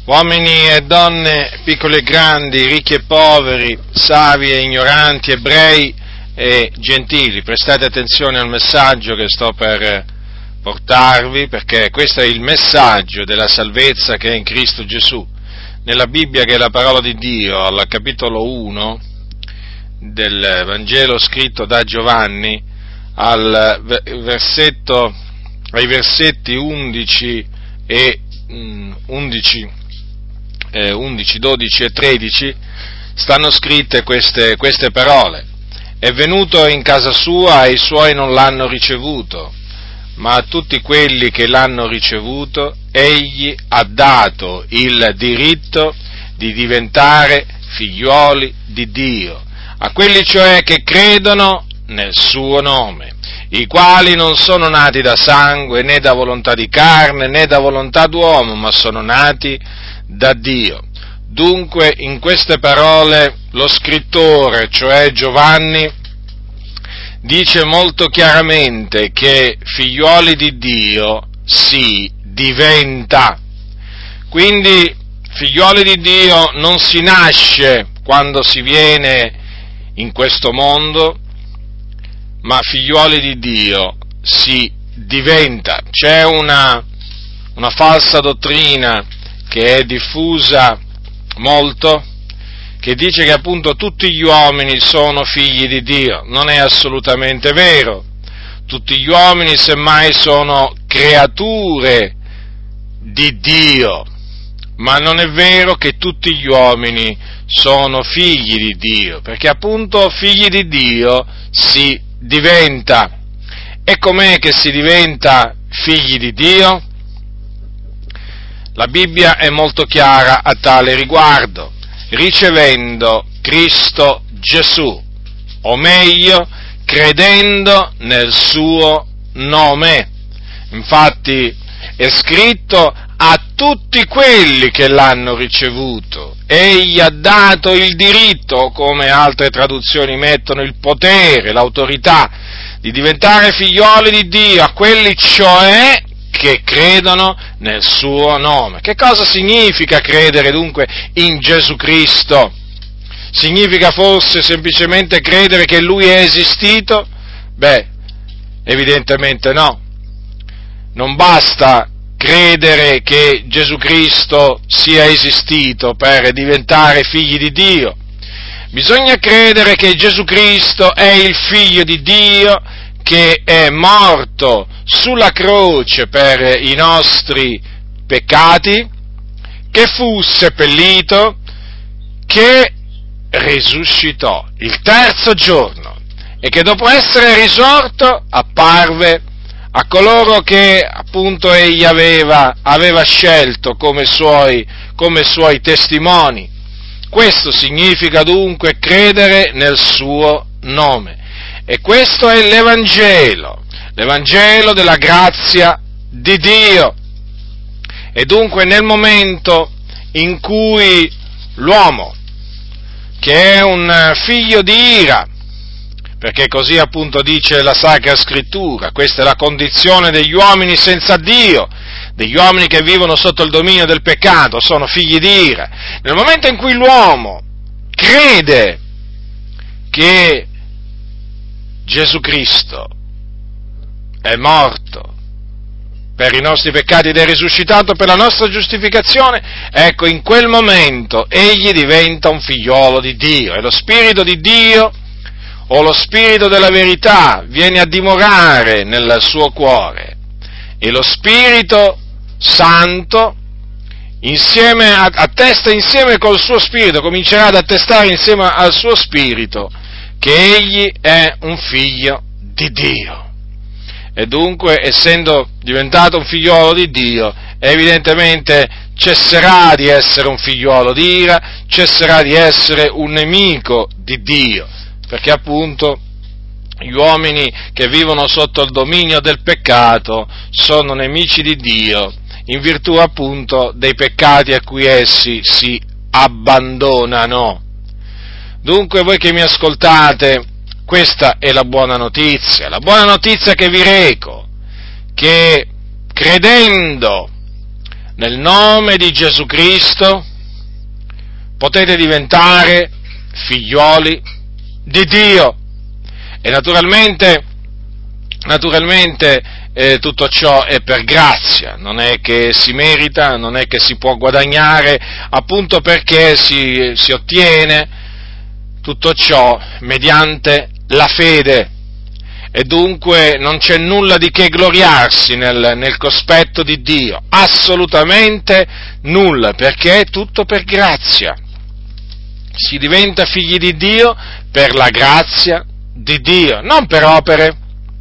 Uomini e donne, piccoli e grandi, ricchi e poveri, savi e ignoranti, ebrei e gentili, prestate attenzione al messaggio che sto per portarvi, perché questo è il messaggio della salvezza che è in Cristo Gesù. Nella Bibbia, che è la parola di Dio, al capitolo 1 del Vangelo scritto da Giovanni, ai versetti 11, 12 e 13, stanno scritte queste parole. È venuto in casa sua e i suoi non l'hanno ricevuto, ma a tutti quelli che l'hanno ricevuto egli ha dato il diritto di diventare figliuoli di Dio, a quelli cioè che credono nel suo nome, i quali non sono nati da sangue, né da volontà di carne, né da volontà d'uomo, ma sono nati da Dio. Dunque, in queste parole, lo scrittore, cioè Giovanni, dice molto chiaramente che figliuoli di Dio si diventa. Quindi, figliuoli di Dio non si nasce quando si viene in questo mondo, ma figliuoli di Dio si diventa. C'è una falsa dottrina che è diffusa molto, che dice che appunto tutti gli uomini sono figli di Dio. Non è assolutamente vero. Tutti gli uomini semmai sono creature di Dio, ma non è vero che tutti gli uomini sono figli di Dio, perché appunto figli di Dio si diventa. E com'è che si diventa figli di Dio? La Bibbia è molto chiara a tale riguardo: ricevendo Cristo Gesù, o meglio, credendo nel suo nome. Infatti è scritto: a tutti quelli che l'hanno ricevuto egli ha dato il diritto, come altre traduzioni mettono, il potere, l'autorità di diventare figlioli di Dio, a quelli cioè che credono nel suo nome. Che cosa significa credere dunque in Gesù Cristo? Significa forse semplicemente credere che Lui è esistito? Beh, evidentemente no. Non basta credere che Gesù Cristo sia esistito per diventare figli di Dio. Bisogna credere che Gesù Cristo è il Figlio di Dio, che è morto sulla croce per i nostri peccati, che fu seppellito, che risuscitò il terzo giorno e che dopo essere risorto apparve a coloro che appunto egli aveva scelto come suoi testimoni. Questo significa dunque credere nel suo nome. E questo è l'Evangelo della grazia di Dio. E dunque nel momento in cui l'uomo, che è un figlio di ira, perché così appunto dice la Sacra Scrittura, questa è la condizione degli uomini senza Dio, degli uomini che vivono sotto il dominio del peccato, sono figli di ira. Nel momento in cui l'uomo crede che Gesù Cristo è morto per i nostri peccati ed è risuscitato per la nostra giustificazione, ecco, in quel momento egli diventa un figliolo di Dio, e lo Spirito di Dio, o lo Spirito della verità, viene a dimorare nel suo cuore, e lo Spirito Santo attesta insieme col suo Spirito, comincerà ad attestare insieme al suo Spirito che egli è un figlio di Dio. E dunque, essendo diventato un figliolo di Dio, evidentemente cesserà di essere un figliolo di ira, cesserà di essere un nemico di Dio, perché appunto gli uomini che vivono sotto il dominio del peccato sono nemici di Dio, in virtù appunto dei peccati a cui essi si abbandonano. Dunque, voi che mi ascoltate, questa è la buona notizia che vi reco, che credendo nel nome di Gesù Cristo potete diventare figlioli di Dio. E naturalmente tutto ciò è per grazia, non è che si merita, non è che si può guadagnare, appunto perché si ottiene tutto ciò mediante la fede. E dunque non c'è nulla di che gloriarsi nel cospetto di Dio, assolutamente nulla, perché è tutto per grazia. Si diventa figli di Dio per la grazia di Dio, non per opere,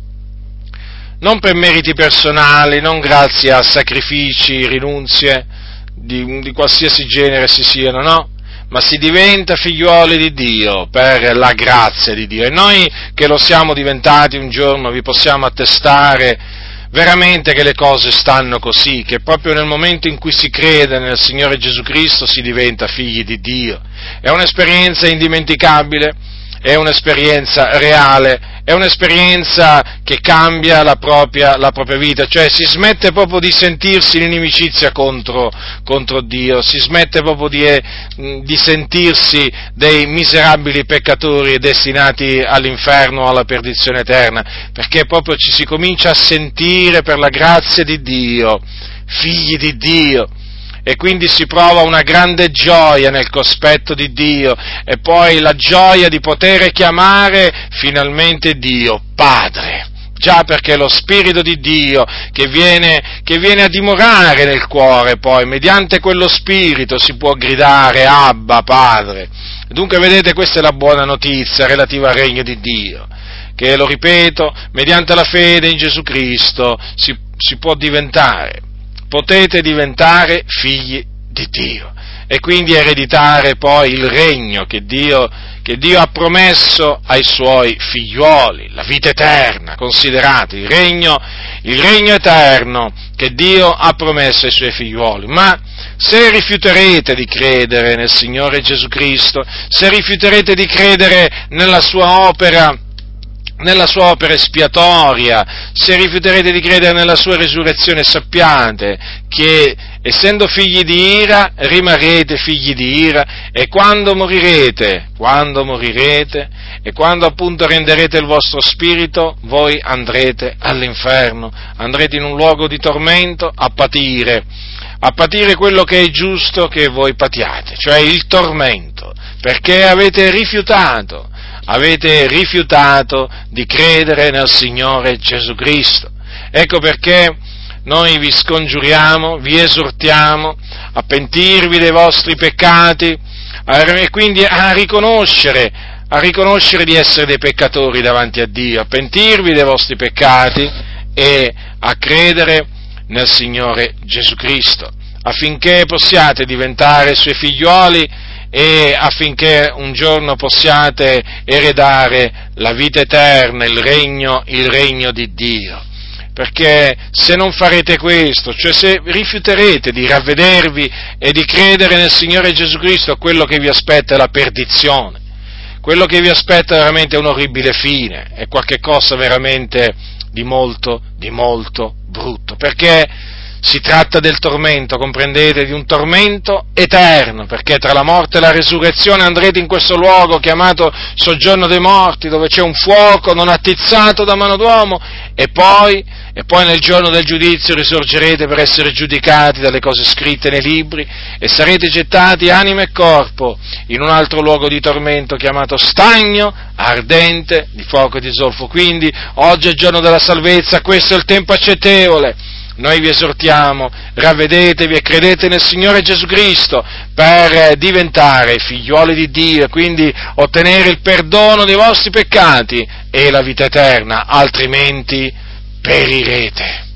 non per meriti personali, non grazie a sacrifici, rinunzie di qualsiasi genere si siano, no? Ma si diventa figliuoli di Dio per la grazia di Dio. E noi che lo siamo diventati un giorno vi possiamo attestare veramente che le cose stanno così, che proprio nel momento in cui si crede nel Signore Gesù Cristo si diventa figli di Dio. È un'esperienza indimenticabile, è un'esperienza reale, è un'esperienza che cambia la propria vita, cioè si smette proprio di sentirsi in inimicizia contro Dio, si smette proprio di sentirsi dei miserabili peccatori destinati all'inferno o alla perdizione eterna, perché proprio ci si comincia a sentire per la grazia di Dio, figli di Dio. E quindi si prova una grande gioia nel cospetto di Dio e poi la gioia di poter chiamare finalmente Dio Padre. Già, perché lo Spirito di Dio che viene a dimorare nel cuore, poi mediante quello Spirito si può gridare Abba Padre. Dunque vedete, questa è la buona notizia relativa al regno di Dio, che, lo ripeto, mediante la fede in Gesù Cristo si può potete diventare figli di Dio e quindi ereditare poi il regno che Dio ha promesso ai suoi figliuoli, la vita eterna. Considerate il regno eterno che Dio ha promesso ai suoi figliuoli. Ma se rifiuterete di credere nel Signore Gesù Cristo, se rifiuterete di credere nella sua opera espiatoria, se rifiuterete di credere nella sua resurrezione, sappiate che, essendo figli di ira, rimarrete figli di ira, e quando morirete, e quando appunto renderete il vostro spirito, voi andrete all'inferno, andrete in un luogo di tormento a patire quello che è giusto che voi patiate, cioè il tormento, perché avete rifiutato di credere nel Signore Gesù Cristo. Ecco perché noi vi scongiuriamo, vi esortiamo a pentirvi dei vostri peccati e quindi a riconoscere di essere dei peccatori davanti a Dio, a pentirvi dei vostri peccati e a credere nel Signore Gesù Cristo, affinché possiate diventare Suoi figliuoli e affinché un giorno possiate eredare la vita eterna, il regno di Dio. Perché se non farete questo, cioè se rifiuterete di ravvedervi e di credere nel Signore Gesù Cristo, quello che vi aspetta è la perdizione, quello che vi aspetta veramente è un orribile fine, è qualche cosa veramente di molto brutto, perché si tratta del tormento, comprendete, di un tormento eterno, perché tra la morte e la resurrezione andrete in questo luogo chiamato soggiorno dei morti, dove c'è un fuoco non attizzato da mano d'uomo, e poi nel giorno del giudizio risorgerete per essere giudicati dalle cose scritte nei libri e sarete gettati anima e corpo in un altro luogo di tormento chiamato stagno ardente di fuoco e di zolfo. Quindi oggi è il giorno della salvezza, questo è il tempo accettevole. Noi vi esortiamo, ravvedetevi e credete nel Signore Gesù Cristo per diventare figliuoli di Dio e quindi ottenere il perdono dei vostri peccati e la vita eterna, altrimenti perirete.